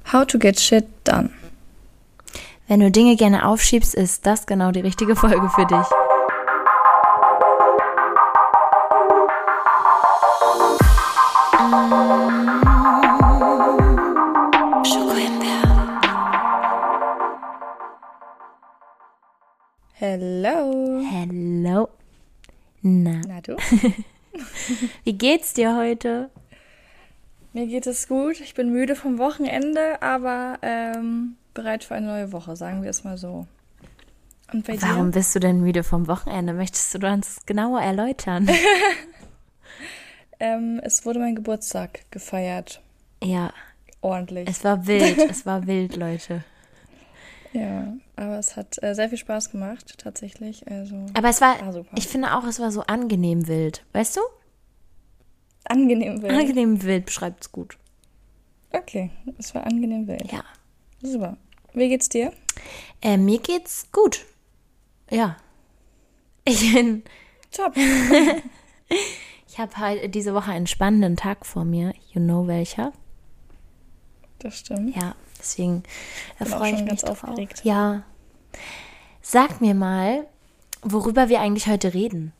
How to get shit done. Wenn du Dinge gerne aufschiebst, ist das genau die richtige Folge für dich. Hello. Hello. Na du? Wie geht's dir heute? Mir geht es gut. Ich bin müde vom Wochenende, aber bereit für eine neue Woche, sagen wir es mal so. Und bei dir? Warum bist du denn müde vom Wochenende? Möchtest du das genauer erläutern? Es wurde mein Geburtstag gefeiert. Ja. Ordentlich. Es war wild, Leute. Ja, aber es hat sehr viel Spaß gemacht, tatsächlich. Also, aber es war super. Ich finde auch, es war so angenehm wild. Weißt du? Angenehm wild? Angenehm wild beschreibt es gut. Okay, es war angenehm wild. Ja. Super. Wie geht's dir? Mir geht's gut. Ja. Ich bin... Top. Ich habe halt diese Woche einen spannenden Tag vor mir. You know welcher? Das stimmt. Ja, deswegen freue ich mich ganz drauf. aufgeregt. Ja. Sag mir mal, worüber wir eigentlich heute reden.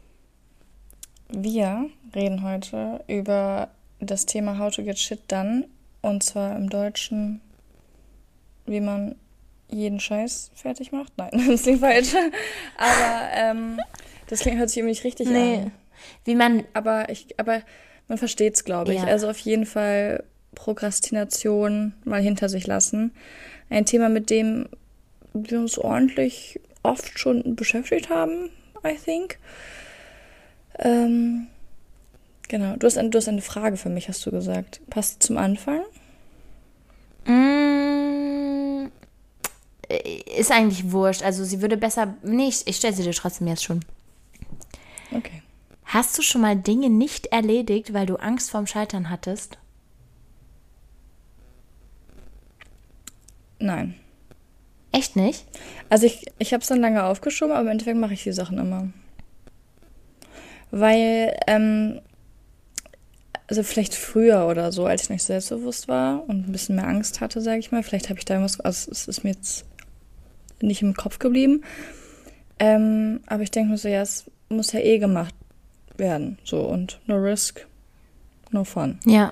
Wir reden heute über das Thema How to get shit done. Und zwar im Deutschen, wie man jeden Scheiß fertig macht. Nein, das klingt falsch. Aber das hört sich irgendwie nicht richtig an. Wie man... Aber man versteht es, glaube ich. Ja. Also auf jeden Fall Prokrastination mal hinter sich lassen. Ein Thema, mit dem wir uns ordentlich oft schon beschäftigt haben, I think. Genau, du hast eine Frage für mich, hast du gesagt. Passt die zum Anfang? Ist eigentlich wurscht. Also sie würde besser... Nee, ich stelle sie dir trotzdem jetzt schon. Okay. Hast du schon mal Dinge nicht erledigt, weil du Angst vorm Scheitern hattest? Nein. Echt nicht? Also ich habe es dann lange aufgeschoben, aber im Endeffekt mache ich die Sachen immer. Weil, also vielleicht früher oder so, als ich nicht selbstbewusst war und ein bisschen mehr Angst hatte, sage ich mal, vielleicht habe ich da irgendwas, also es ist mir jetzt nicht im Kopf geblieben. Aber ich denke mir so, ja, es muss ja eh gemacht werden. So, und no risk, no fun. Ja.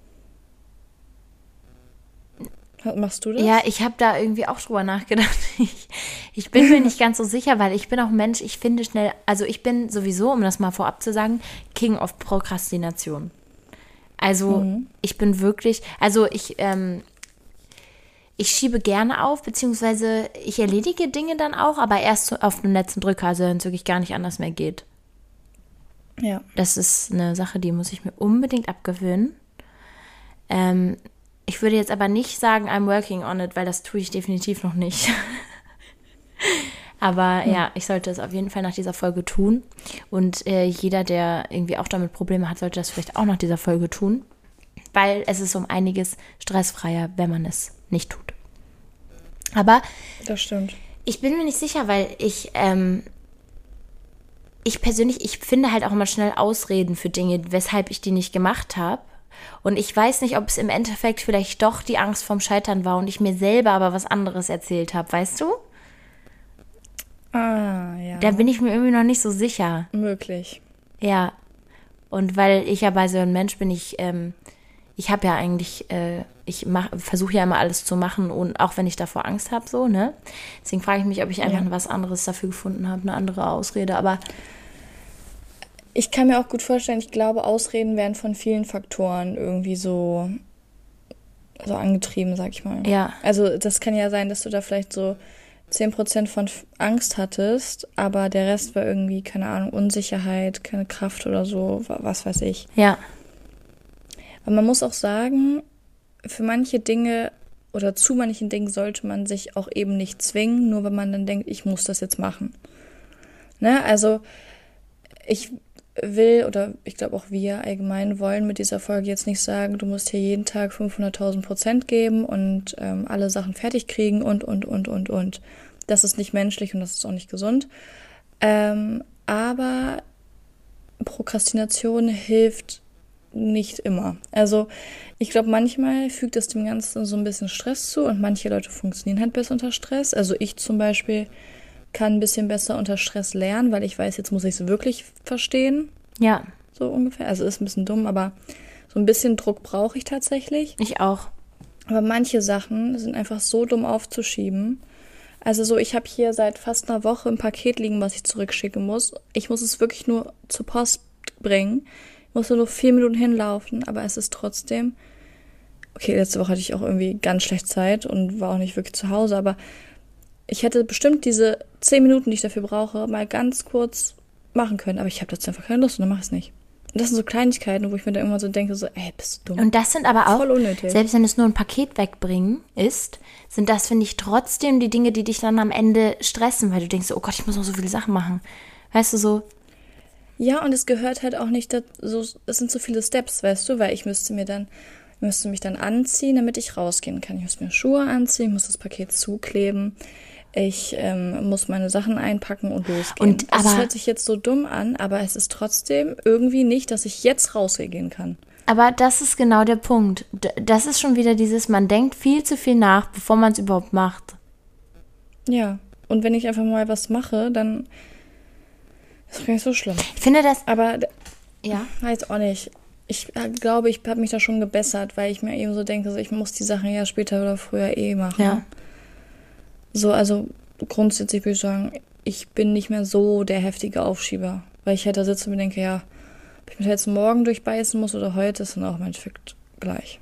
Machst du das? Ja, ich habe da irgendwie auch drüber nachgedacht. Ich bin mir nicht ganz so sicher, weil ich bin auch Mensch, ich finde schnell, also ich bin sowieso, um das mal vorab zu sagen, King of Prokrastination. Also ich bin wirklich, also ich schiebe gerne auf, beziehungsweise ich erledige Dinge dann auch, aber erst auf den letzten Drücker, also wenn es wirklich gar nicht anders mehr geht. Ja. Das ist eine Sache, die muss ich mir unbedingt abgewöhnen. Ich würde jetzt aber nicht sagen, I'm working on it, weil das tue ich definitiv noch nicht. Aber ja, ich sollte es auf jeden Fall nach dieser Folge tun. Und jeder, der irgendwie auch damit Probleme hat, sollte das vielleicht auch nach dieser Folge tun. Weil es ist um einiges stressfreier, wenn man es nicht tut. Aber Das stimmt. ich bin mir nicht sicher, weil ich persönlich, ich finde halt auch immer schnell Ausreden für Dinge, weshalb ich die nicht gemacht habe. Und ich weiß nicht, ob es im Endeffekt vielleicht doch die Angst vorm Scheitern war und ich mir selber aber was anderes erzählt habe, weißt du? Ah, ja. Da bin ich mir irgendwie noch nicht so sicher. Möglich. Ja. Und weil ich ja bei so einem Mensch bin, ich habe ja eigentlich, versuche ja immer alles zu machen und auch wenn ich davor Angst habe, so, ne? Deswegen frage ich mich, ob ich einfach was anderes dafür gefunden habe, eine andere Ausrede, aber... Ich kann mir auch gut vorstellen, ich glaube, Ausreden werden von vielen Faktoren irgendwie so angetrieben, sag ich mal. Ja. Also das kann ja sein, dass du da vielleicht so 10% von Angst hattest, aber der Rest war irgendwie, keine Ahnung, Unsicherheit, keine Kraft oder so, was weiß ich. Ja. Aber man muss auch sagen, für manche Dinge oder zu manchen Dingen sollte man sich auch eben nicht zwingen, nur wenn man dann denkt, ich muss das jetzt machen. Ne? Also ich will, oder ich glaube auch wir allgemein wollen mit dieser Folge jetzt nicht sagen, du musst hier jeden Tag 500.000% geben und alle Sachen fertig kriegen und. Das ist nicht menschlich und das ist auch nicht gesund. Aber Prokrastination hilft nicht immer. Also ich glaube, manchmal fügt es dem Ganzen so ein bisschen Stress zu und manche Leute funktionieren halt besser unter Stress. Also ich zum Beispiel kann ein bisschen besser unter Stress lernen, weil ich weiß, jetzt muss ich es wirklich verstehen. Ja. So ungefähr. Also ist ein bisschen dumm, aber so ein bisschen Druck brauche ich tatsächlich. Ich auch. Aber manche Sachen sind einfach so dumm aufzuschieben. Also so, ich habe hier seit fast einer Woche ein Paket liegen, was ich zurückschicken muss. Ich muss es wirklich nur zur Post bringen. Ich muss nur 4 Minuten hinlaufen, aber es ist trotzdem... Okay, letzte Woche hatte ich auch irgendwie ganz schlecht Zeit und war auch nicht wirklich zu Hause, aber ich hätte bestimmt diese 10 Minuten, die ich dafür brauche, mal ganz kurz machen können. Aber ich habe dazu einfach keine Lust und dann mache ich es nicht. Und das sind so Kleinigkeiten, wo ich mir dann immer so denke, so, ey, bist du dumm. Und das sind aber auch, voll unnötig. Selbst wenn es nur ein Paket wegbringen ist, sind das, finde ich, trotzdem die Dinge, die dich dann am Ende stressen, weil du denkst, oh Gott, ich muss noch so viele Sachen machen. Weißt du, so. Ja, und es gehört halt auch nicht dazu, es sind so viele Steps, weißt du, weil ich müsste mich dann anziehen, damit ich rausgehen kann. Ich muss mir Schuhe anziehen, ich muss das Paket zukleben, ich muss meine Sachen einpacken und losgehen. Es hört sich jetzt so dumm an, aber es ist trotzdem irgendwie nicht, dass ich jetzt rausgehen kann. Aber das ist genau der Punkt. Das ist schon wieder dieses, man denkt viel zu viel nach, bevor man es überhaupt macht. Ja, und wenn ich einfach mal was mache, dann ist es gar nicht so schlimm. Ich finde das... Aber, ja, weiß auch nicht. Ich glaube, ich habe mich da schon gebessert, weil ich mir eben so denke, so, ich muss die Sachen ja später oder früher machen. Ja. So, also grundsätzlich würde ich sagen, ich bin nicht mehr so der heftige Aufschieber. Weil ich halt da sitze und mir denke, ja, ob ich mich jetzt morgen durchbeißen muss oder heute, ist dann auch im Endeffekt gleich.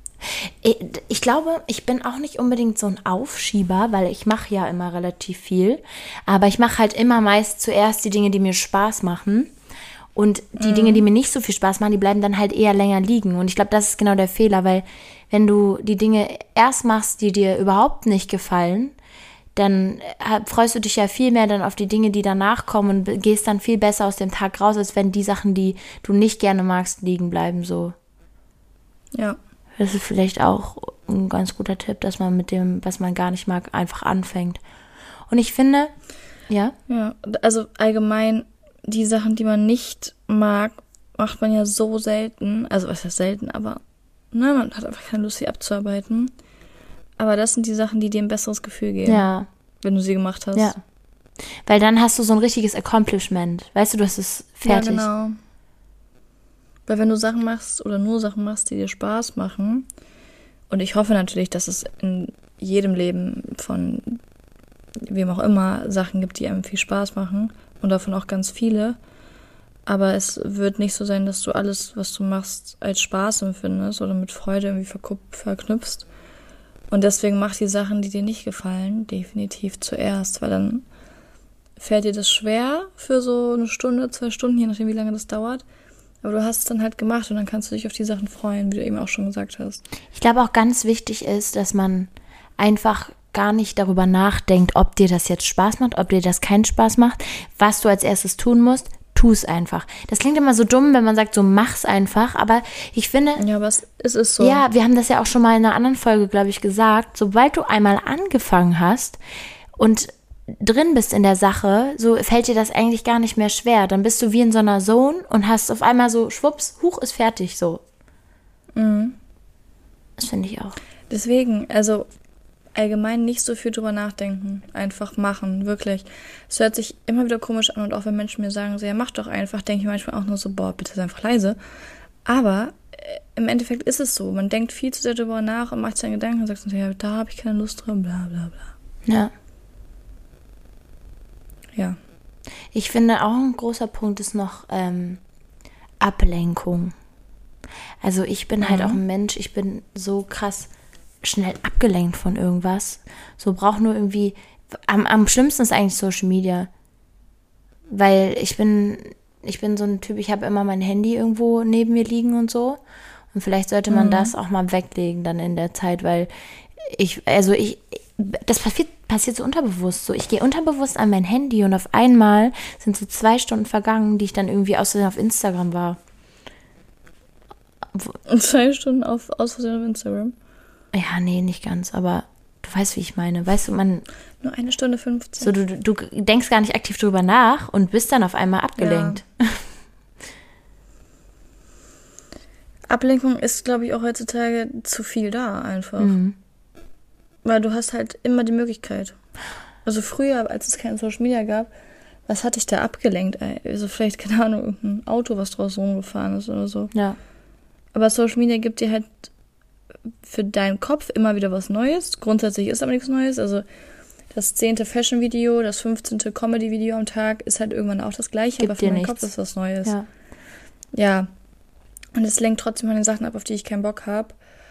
Ich glaube, ich bin auch nicht unbedingt so ein Aufschieber, weil ich mache ja immer relativ viel. Aber ich mache halt immer meist zuerst die Dinge, die mir Spaß machen. Und die Dinge, die mir nicht so viel Spaß machen, die bleiben dann halt eher länger liegen. Und ich glaube, das ist genau der Fehler, weil wenn du die Dinge erst machst, die dir überhaupt nicht gefallen, dann freust du dich ja viel mehr dann auf die Dinge, die danach kommen und gehst dann viel besser aus dem Tag raus, als wenn die Sachen, die du nicht gerne magst, liegen bleiben so. Ja. Das ist vielleicht auch ein ganz guter Tipp, dass man mit dem, was man gar nicht mag, einfach anfängt. Und ich finde, ja. Ja, also allgemein die Sachen, die man nicht mag, macht man ja so selten. Also was heißt selten, aber ne, man hat einfach keine Lust, sie abzuarbeiten. Aber das sind die Sachen, die dir ein besseres Gefühl geben, Ja. wenn du sie gemacht hast. Ja. Weil dann hast du so ein richtiges Accomplishment. Weißt du, du hast es fertig. Ja, genau. Weil wenn du Sachen machst oder nur Sachen machst, die dir Spaß machen, und ich hoffe natürlich, dass es in jedem Leben von wem auch immer Sachen gibt, die einem viel Spaß machen und davon auch ganz viele, aber es wird nicht so sein, dass du alles, was du machst, als Spaß empfindest oder mit Freude irgendwie verknüpfst. Und deswegen mach die Sachen, die dir nicht gefallen, definitiv zuerst, weil dann fällt dir das schwer für so eine Stunde, 2 Stunden, je nachdem, wie lange das dauert. Aber du hast es dann halt gemacht und dann kannst du dich auf die Sachen freuen, wie du eben auch schon gesagt hast. Ich glaube auch ganz wichtig ist, dass man einfach gar nicht darüber nachdenkt, ob dir das jetzt Spaß macht, ob dir das keinen Spaß macht, was du als erstes tun musst. Tu es einfach. Das klingt immer so dumm, wenn man sagt, so mach's einfach, aber ich finde... Ja, aber es ist so. Ja, wir haben das ja auch schon mal in einer anderen Folge, glaube ich, gesagt. Sobald du einmal angefangen hast und drin bist in der Sache, so fällt dir das eigentlich gar nicht mehr schwer. Dann bist du wie in so einer Zone und hast auf einmal so, schwupps, huch, ist fertig, so. Mhm. Das finde ich auch. Deswegen, also allgemein nicht so viel drüber nachdenken. Einfach machen, wirklich. Es hört sich immer wieder komisch an und auch wenn Menschen mir sagen, so, ja, mach doch einfach, denke ich manchmal auch nur so, boah, bitte sei einfach leise. Aber im Endeffekt ist es so. Man denkt viel zu sehr darüber nach und macht seine Gedanken und sagt so, ja, da habe ich keine Lust drin, bla bla bla. Ja. Ja. Ich finde auch ein großer Punkt ist noch Ablenkung. Also ich bin halt auch ein Mensch, ich bin so krass schnell abgelenkt von irgendwas. So braucht nur irgendwie, am schlimmsten ist eigentlich Social Media. Weil ich bin so ein Typ, ich habe immer mein Handy irgendwo neben mir liegen und so. Und vielleicht sollte man das auch mal weglegen dann in der Zeit, weil das passiert so unterbewusst. So, ich gehe unterbewusst an mein Handy und auf einmal sind so 2 Stunden vergangen, die ich dann irgendwie aus Versehen auf Instagram war. 2 Stunden aus Versehen auf Instagram? Ja, nee, nicht ganz, aber du weißt, wie ich meine. Weißt du, man... Nur 1 Stunde 15. So, du denkst gar nicht aktiv drüber nach und bist dann auf einmal abgelenkt. Ablenkung ist, glaube ich, auch heutzutage zu viel da einfach. Mhm. Weil du hast halt immer die Möglichkeit. Also früher, als es kein Social Media gab, was hatte ich da abgelenkt? Also vielleicht, keine Ahnung, irgendein Auto, was draußen rumgefahren ist oder so. Ja. Aber Social Media gibt dir halt für deinen Kopf immer wieder was Neues. Grundsätzlich ist aber nichts Neues. Also das 10. Fashion-Video, das 15. Comedy-Video am Tag ist halt irgendwann auch das Gleiche, aber für meinen Kopf ist was Neues. Ja. Ja. Und es lenkt trotzdem von den Sachen ab, auf die ich keinen Bock habe.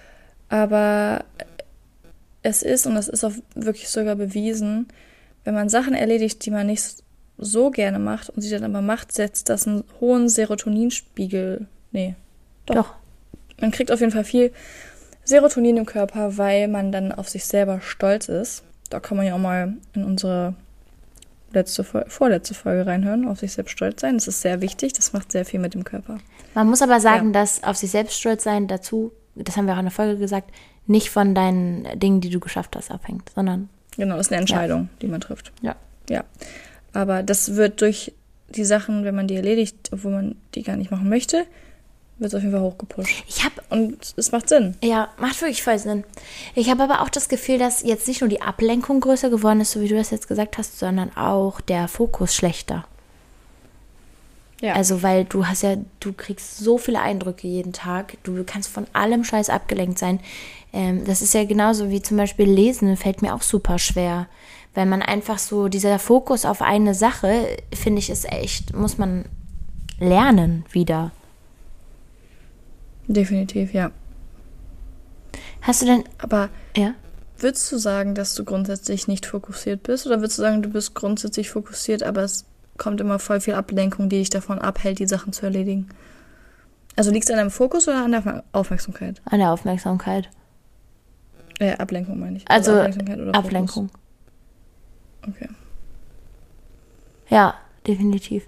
Aber es ist, und das ist auch wirklich sogar bewiesen, wenn man Sachen erledigt, die man nicht so gerne macht und sie dann aber macht, setzt das einen hohen Serotoninspiegel. Nee. Doch. Man kriegt auf jeden Fall viel Serotonin im Körper, weil man dann auf sich selber stolz ist. Da kann man ja auch mal in unsere vorletzte Folge reinhören, auf sich selbst stolz sein. Das ist sehr wichtig, das macht sehr viel mit dem Körper. Man muss aber sagen, dass auf sich selbst stolz sein dazu, das haben wir auch in der Folge gesagt, nicht von deinen Dingen, die du geschafft hast, abhängt, sondern... Genau, das ist eine Entscheidung, die man trifft. Ja. Ja. Aber das wird durch die Sachen, wenn man die erledigt, obwohl man die gar nicht machen möchte, wird es auf jeden Fall hochgepusht. Und es macht Sinn. Ja, macht wirklich voll Sinn. Ich habe aber auch das Gefühl, dass jetzt nicht nur die Ablenkung größer geworden ist, so wie du das jetzt gesagt hast, sondern auch der Fokus schlechter. Ja. Also, weil du kriegst so viele Eindrücke jeden Tag. Du kannst von allem Scheiß abgelenkt sein. Das ist ja genauso wie zum Beispiel Lesen, fällt mir auch super schwer. Weil man einfach so, dieser Fokus auf eine Sache, finde ich, ist echt, muss man lernen wieder. Definitiv, ja. Hast du denn... Aber ja? würdest du sagen, dass du grundsätzlich nicht fokussiert bist? Oder würdest du sagen, du bist grundsätzlich fokussiert, aber es kommt immer voll viel Ablenkung, die dich davon abhält, die Sachen zu erledigen? Also liegt es an deinem Fokus oder an der Aufmerksamkeit? An der Aufmerksamkeit. Ablenkung meine ich. Also Ablenkung oder Ablenkung. Fokus? Okay. Ja, definitiv.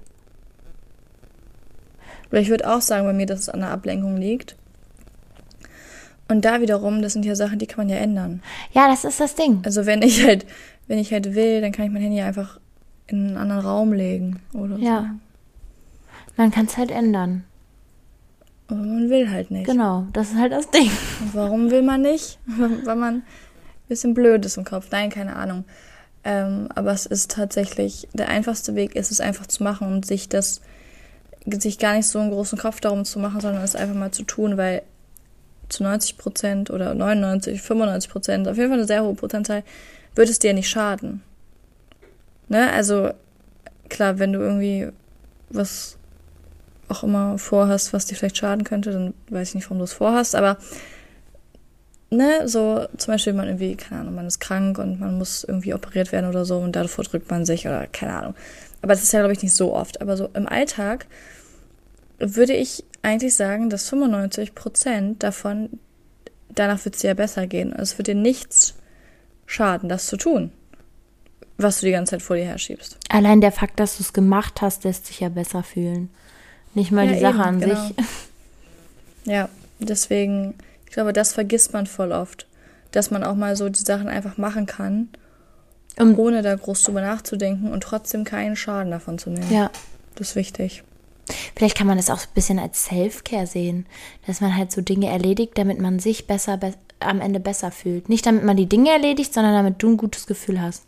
Weil ich würde auch sagen bei mir, dass es an der Ablenkung liegt. Und da wiederum, das sind ja Sachen, die kann man ja ändern. Ja, das ist das Ding. Also wenn ich halt will, dann kann ich mein Handy einfach in einen anderen Raum legen oder so. Ja. Man kann es halt ändern. Aber man will halt nicht. Genau, das ist halt das Ding. Und warum will man nicht? Weil man ein bisschen blöd ist im Kopf. Nein, keine Ahnung. Aber es ist tatsächlich, der einfachste Weg ist es einfach zu machen und sich gar nicht so einen großen Kopf darum zu machen, sondern es einfach mal zu tun, weil zu 90% oder 99, 95%, auf jeden Fall eine sehr hohe Prozentzahl, wird es dir nicht schaden. Ne? Also klar, wenn du irgendwie was auch immer vorhast, was dir vielleicht schaden könnte, dann weiß ich nicht, warum du es vorhast, aber ne, so zum Beispiel man irgendwie, keine Ahnung, man ist krank und man muss irgendwie operiert werden oder so und davor drückt man sich oder keine Ahnung. Aber das ist ja, glaube ich, nicht so oft. Aber so im Alltag würde ich eigentlich sagen, dass 95% davon, danach wird es dir ja besser gehen. Es wird dir nichts schaden, das zu tun, was du die ganze Zeit vor dir herschiebst. Allein der Fakt, dass du es gemacht hast, lässt sich ja besser fühlen. Nicht mal die Sache an sich. Ja, deswegen, ich glaube, das vergisst man voll oft. Dass man auch mal so die Sachen einfach machen kann, ohne da groß drüber nachzudenken und trotzdem keinen Schaden davon zu nehmen. Ja. Das ist wichtig. Vielleicht kann man das auch ein bisschen als Self-Care sehen, dass man halt so Dinge erledigt, damit man sich am Ende besser fühlt. Nicht damit man die Dinge erledigt, sondern damit du ein gutes Gefühl hast.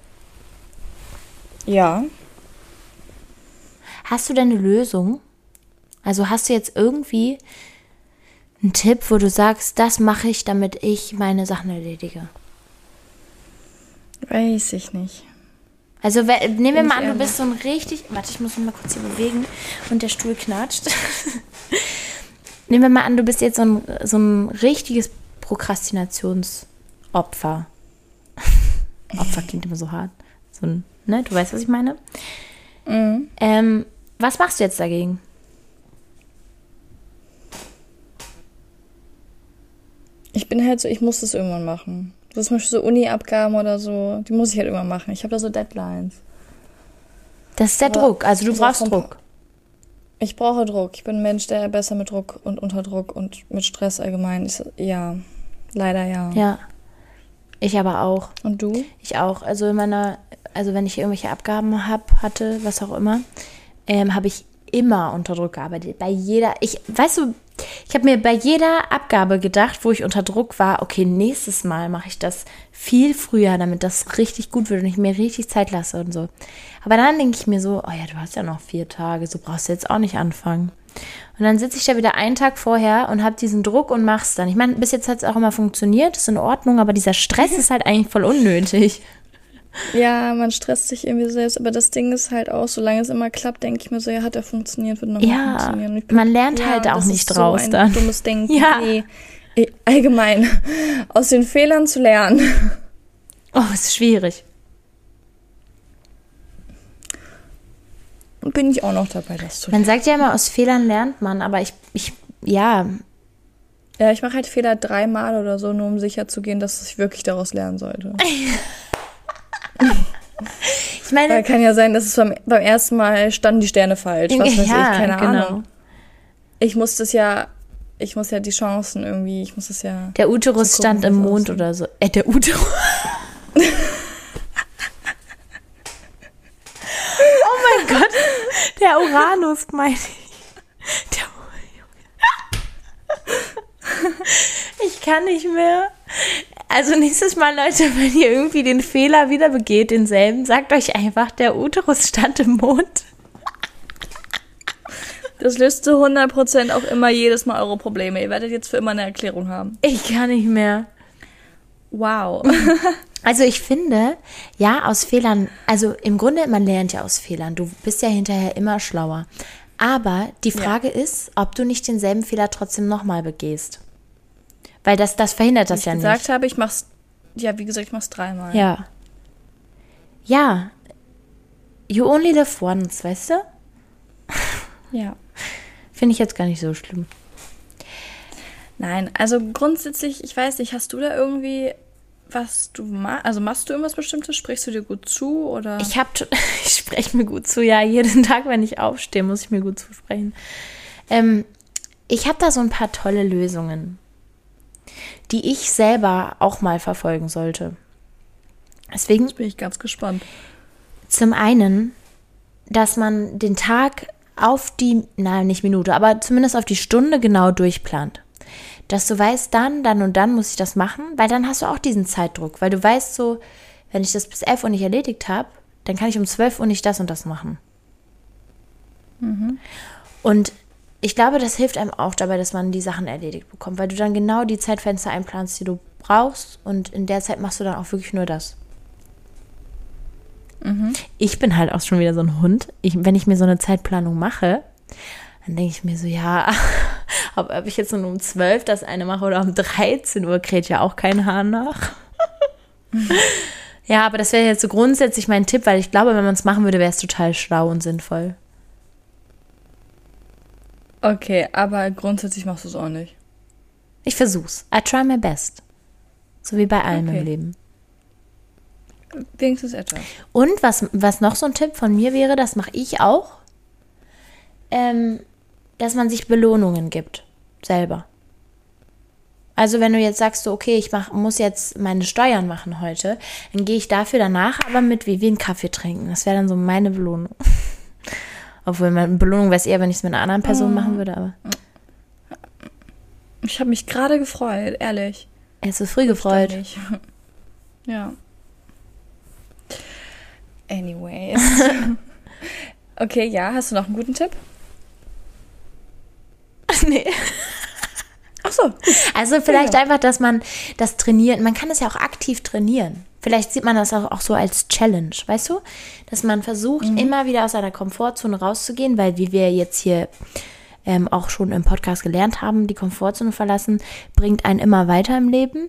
Ja. Hast du denn eine Lösung? Also hast du jetzt irgendwie einen Tipp, wo du sagst, das mache ich, damit ich meine Sachen erledige? Weiß ich nicht. Also nehmen wir mal an, du bist so ein richtig... Warte, ich muss mich mal kurz hier bewegen und der Stuhl knatscht. Nehmen wir mal an, du bist jetzt so ein richtiges Prokrastinationsopfer. Opfer klingt immer so hart. Du weißt, was ich meine? Mhm. Was machst du jetzt dagegen? Ich bin halt so, ich muss das irgendwann machen. So zum Beispiel so Uni-Abgaben oder so, die muss ich halt irgendwann machen. Ich habe da so Deadlines. Das ist der Druck, also du brauchst Druck. Ich brauche Druck. Ich bin ein Mensch, der besser mit Druck und unter Druck und mit Stress allgemein ist. Ja, leider ja. Ja, ich aber auch. Und du? Ich auch. Also wenn ich irgendwelche Abgaben hatte, was auch immer, habe ich immer unter Druck gearbeitet. Weißt du, Ich habe mir bei jeder Abgabe gedacht, wo ich unter Druck war, okay, nächstes Mal mache ich das viel früher, damit das richtig gut wird und ich mir richtig Zeit lasse und so. Aber dann denke ich mir so, oh ja, du hast ja noch 4 Tage, so brauchst du jetzt auch nicht anfangen. Und dann sitze ich da wieder einen Tag vorher und habe diesen Druck und mach's dann. Ich meine, bis jetzt hat es auch immer funktioniert, ist in Ordnung, aber dieser Stress ist halt eigentlich voll unnötig. Ja, man stresst sich irgendwie selbst, aber das Ding ist halt auch, solange es immer klappt, denke ich mir so, ja, hat er funktioniert, wird nochmal funktionieren. Und man lernt halt auch nicht draus so dann. Dummes Denken. Ja. Nee, allgemein, aus den Fehlern zu lernen. Oh, ist schwierig. Bin ich auch noch dabei, das zu Man lernen. sagt ja immer, aus Fehlern lernt man, aber ja, Ja, ich mache halt Fehler 3-mal oder so, nur um sicher zu gehen, dass ich wirklich daraus lernen sollte. ich meine, Weil kann ja sein, dass es beim ersten Mal standen die Sterne falsch. Was weiß ich, keine Ahnung. Ich muss ja die Chancen irgendwie, ich muss es ja... Der Uterus gucken, stand wie im das Mond aussieht. oder so. Der Uterus. Oh mein Gott. Der Uranus, meine ich. Ich kann nicht mehr. Also nächstes Mal, Leute, wenn ihr irgendwie den Fehler wieder begeht, denselben, sagt euch einfach, der Uterus stand im Mond. Das löst zu 100% auch immer jedes Mal eure Probleme. Ihr werdet jetzt für immer eine Erklärung haben. Ich kann nicht mehr. Wow. Also ich finde, ja, aus Fehlern, also im Grunde, man lernt ja aus Fehlern. Du bist ja hinterher immer schlauer. Aber die Frage ist, ob du nicht denselben Fehler trotzdem nochmal begehst. Weil das verhindert das ja nicht. Wie ich gesagt habe, ich mach's 3-mal. Ja. Ja. You only live once, weißt du? Ja. Finde ich jetzt gar nicht so schlimm. Nein, also grundsätzlich, ich weiß nicht, hast du da irgendwie was du machst? Also machst du irgendwas Bestimmtes? Sprichst du dir gut zu? Oder? Ich spreche mir gut zu, ja. Jeden Tag, wenn ich aufstehe, muss ich mir gut zusprechen. Ich habe da so ein paar tolle Lösungen, die ich selber auch mal verfolgen sollte. Deswegen Jetzt bin ich ganz gespannt. zum einen, dass man den Tag auf die, nicht Minute, aber zumindest auf die Stunde genau durchplant. Dass du weißt, dann und dann muss ich das machen, weil dann hast du auch diesen Zeitdruck, weil du weißt so, wenn ich das bis 11 Uhr nicht erledigt habe, dann kann ich um 12 Uhr nicht das und das machen. Und ich glaube, das hilft einem auch dabei, dass man die Sachen erledigt bekommt, weil du dann genau die Zeitfenster einplanst, die du brauchst und in der Zeit machst du dann auch wirklich nur das. Ich bin halt auch schon wieder so ein Hund. Wenn ich mir so eine Zeitplanung mache, dann denke ich mir so, ja, ob ich jetzt nur um 12 das eine mache oder um 13 Uhr, kräht ja auch kein Hahn nach. Ja, aber das wäre jetzt so grundsätzlich mein Tipp, weil ich glaube, wenn man es machen würde, wäre es total schlau und sinnvoll. Okay, aber grundsätzlich machst du es auch nicht. Ich versuch's. I try my best. So wie bei allem im Leben. Wenigstens etwas. Und was noch so ein Tipp von mir wäre, das mache ich auch, dass man sich Belohnungen gibt. Selber. Also wenn du jetzt sagst, so, okay, ich muss jetzt meine Steuern machen heute, dann gehe ich dafür danach aber mit wie einen Kaffee trinken. Das wäre dann so meine Belohnung. Obwohl, meine Belohnung wäre es eher, wenn ich es mit einer anderen Person machen würde, aber. Ich habe mich gerade gefreut, ehrlich. Er ist so früh gefreut. Ja. Anyways. Okay, ja, hast du noch einen guten Tipp? Nee. Ach so. Also vielleicht einfach, dass man das trainiert. Man kann es ja auch aktiv trainieren. Vielleicht sieht man das auch so als Challenge, weißt du? Dass man versucht, immer wieder aus seiner Komfortzone rauszugehen, weil wie wir jetzt hier auch schon im Podcast gelernt haben, die Komfortzone verlassen, bringt einen immer weiter im Leben.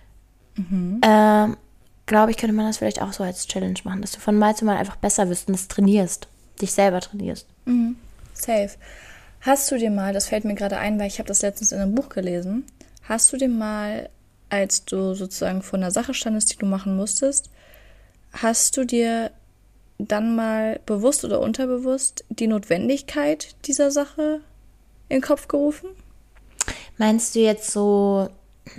Glaube ich, könnte man das vielleicht auch so als Challenge machen, dass du von Mal zu Mal einfach besser wirst und das trainierst, dich selber trainierst. Safe. Hast du dir mal, das fällt mir gerade ein, weil ich habe das letztens in einem Buch gelesen, hast du dir mal, als du sozusagen vor einer Sache standest, die du machen musstest, hast du dir dann mal bewusst oder unterbewusst die Notwendigkeit dieser Sache in den Kopf gerufen? Meinst du jetzt so,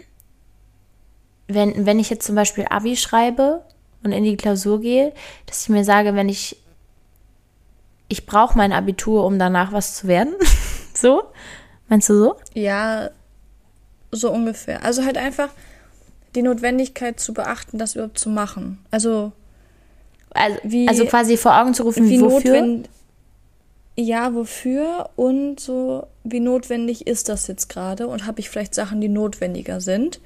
wenn ich jetzt zum Beispiel Abi schreibe und in die Klausur gehe, dass ich mir sage, wenn ich brauche mein Abitur, um danach was zu werden? So? Meinst du so? Ja, so ungefähr. Also halt einfach die Notwendigkeit zu beachten, das überhaupt zu machen. Also Also quasi vor Augen zu rufen, wie wofür? Ja, wofür und so, wie notwendig ist das jetzt gerade und habe ich vielleicht Sachen, die notwendiger sind?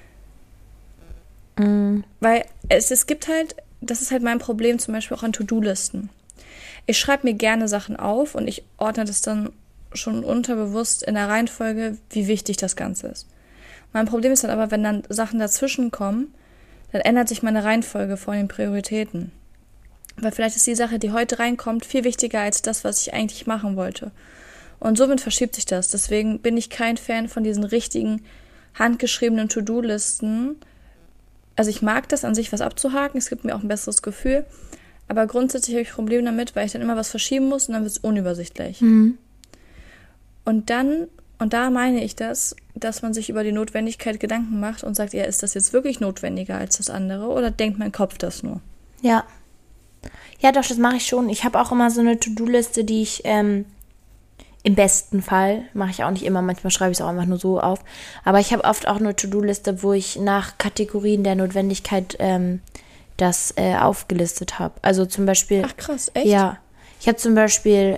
Weil es gibt halt, das ist halt mein Problem zum Beispiel auch an To-Do-Listen. Ich schreibe mir gerne Sachen auf und ich ordne das dann schon unterbewusst in der Reihenfolge, wie wichtig das Ganze ist. Mein Problem ist dann aber, wenn dann Sachen dazwischen kommen, dann ändert sich meine Reihenfolge von den Prioritäten. Weil vielleicht ist die Sache, die heute reinkommt, viel wichtiger als das, was ich eigentlich machen wollte. Und somit verschiebt sich das. Deswegen bin ich kein Fan von diesen richtigen, handgeschriebenen To-Do-Listen. Also ich mag das an sich, was abzuhaken. Es gibt mir auch ein besseres Gefühl. Aber grundsätzlich habe ich Probleme damit, weil ich dann immer was verschieben muss und dann wird es unübersichtlich. Und da meine ich das, dass man sich über die Notwendigkeit Gedanken macht und sagt, ja, ist das jetzt wirklich notwendiger als das andere oder denkt mein Kopf das nur? Ja. Ja, doch, das mache ich schon. Ich habe auch immer so eine To-Do-Liste, die ich im besten Fall, mache ich auch nicht immer, manchmal schreibe ich es auch einfach nur so auf, aber ich habe oft auch eine To-Do-Liste, wo ich nach Kategorien der Notwendigkeit das aufgelistet habe. Also zum Beispiel... Ach krass, echt? Ja. Ich habe zum Beispiel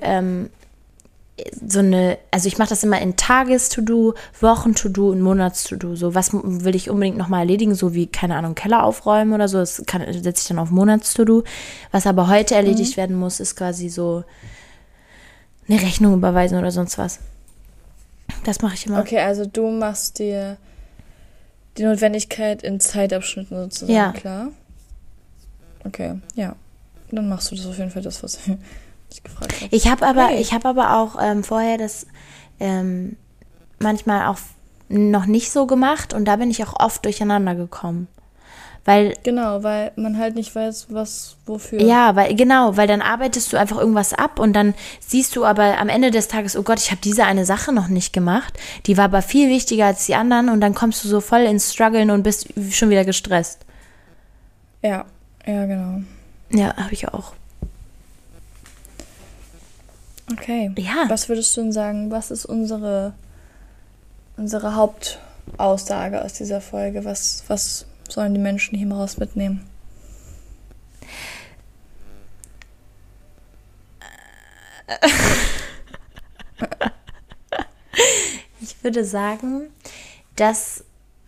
also ich mache das immer in Tages-To-Do, Wochen-To-Do und Monats-To-Do. So, was will ich unbedingt nochmal erledigen, so wie, keine Ahnung, Keller aufräumen oder so, das setze ich dann auf Monats-To-Do. Was aber heute erledigt werden muss, ist quasi so eine Rechnung überweisen oder sonst was. Das mache ich immer. Okay, also du machst dir die Notwendigkeit in Zeitabschnitten sozusagen klar? Okay, ja. Dann machst du das auf jeden Fall, das, was ich gefragt habe. Ich habe aber auch vorher das manchmal auch noch nicht so gemacht und da bin ich auch oft durcheinander gekommen. Weil man halt nicht weiß, wofür. Ja, weil dann arbeitest du einfach irgendwas ab und dann siehst du aber am Ende des Tages, oh Gott, ich habe diese eine Sache noch nicht gemacht, die war aber viel wichtiger als die anderen und dann kommst du so voll ins Struggeln und bist schon wieder gestresst. Ja, genau. Ja, habe ich auch. Okay. Ja. Was würdest du denn sagen, was ist unsere Hauptaussage aus dieser Folge? Was sollen die Menschen hier raus mitnehmen? Ich würde sagen, dass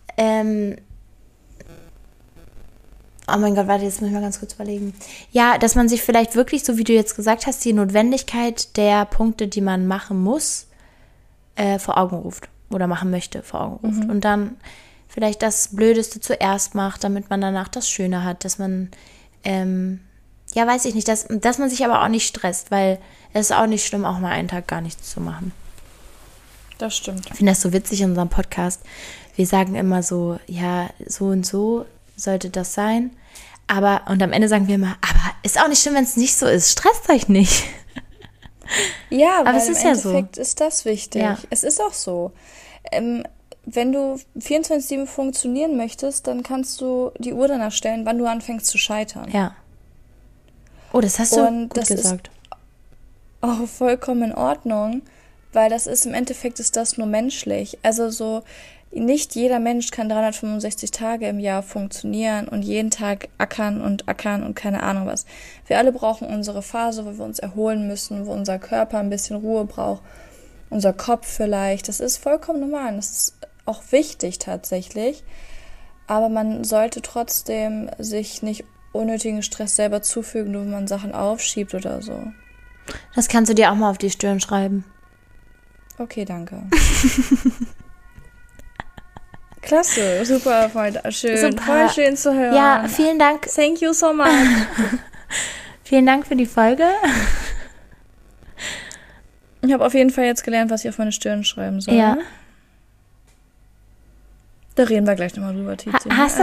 oh mein Gott, warte, jetzt muss ich mal ganz kurz überlegen. Ja, dass man sich vielleicht wirklich, so wie du jetzt gesagt hast, die Notwendigkeit der Punkte, die man machen muss, vor Augen ruft oder machen möchte, vor Augen ruft. Und dann vielleicht das Blödeste zuerst macht, damit man danach das Schöne hat, dass man, weiß ich nicht, dass man sich aber auch nicht stresst, weil es ist auch nicht schlimm, auch mal einen Tag gar nichts zu machen. Das stimmt. Ich finde das so witzig in unserem Podcast. Wir sagen immer so, ja, so und so sollte das sein. Und am Ende sagen wir immer, aber ist auch nicht schlimm, wenn es nicht so ist. Stresst euch nicht. Ja, aber weil es ist im ja so. Endeffekt ist das wichtig. Ja. Es ist auch so. Wenn du 24/7 funktionieren möchtest, dann kannst du die Uhr danach stellen, wann du anfängst zu scheitern. Ja. Oh, das hast du gut gesagt. Ist auch vollkommen in Ordnung, weil im Endeffekt ist das nur menschlich. Also so, nicht jeder Mensch kann 365 Tage im Jahr funktionieren und jeden Tag ackern und keine Ahnung was. Wir alle brauchen unsere Phase, wo wir uns erholen müssen, wo unser Körper ein bisschen Ruhe braucht, unser Kopf vielleicht. Das ist vollkommen normal. Das ist auch wichtig tatsächlich. Aber man sollte trotzdem sich nicht unnötigen Stress selber zufügen, nur wenn man Sachen aufschiebt oder so. Das kannst du dir auch mal auf die Stirn schreiben. Okay, danke. Klasse, super, voll schön. Super. Voll schön zu hören. Ja, vielen Dank. Thank you so much. Vielen Dank für die Folge. Ich habe auf jeden Fall jetzt gelernt, was ich auf meine Stirn schreiben soll. Ja. Da reden wir gleich nochmal drüber, Tizi. Hast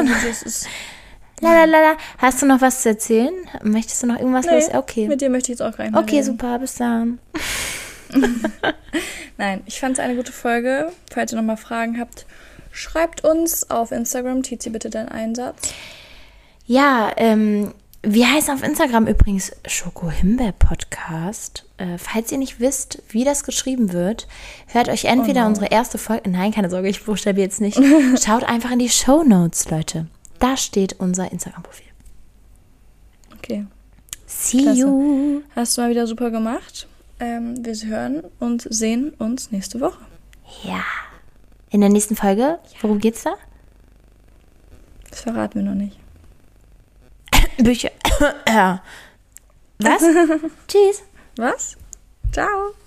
du noch was zu erzählen? Möchtest du noch irgendwas los? Okay. Mit dir möchte ich jetzt auch gar nicht mehr Okay, reden. super, bis dann. Nein, ich fand es eine gute Folge. Falls ihr nochmal Fragen habt, schreibt uns auf Instagram, Tizi, bitte deinen Einsatz. Ja, Wir heißen auf Instagram übrigens Schoko-Himbeer-Podcast. Falls ihr nicht wisst, wie das geschrieben wird, hört euch entweder unsere erste Folge, nein, keine Sorge, ich buchstabiere jetzt nicht, schaut einfach in die Shownotes, Leute. Da steht unser Instagram-Profil. Okay. See Klasse. you. Hast du mal wieder super gemacht. Wir hören und sehen uns nächste Woche. Ja. In der nächsten Folge, worum geht's da? Das verraten wir noch nicht. Bücher. Was? Tschüss. Was? Ciao.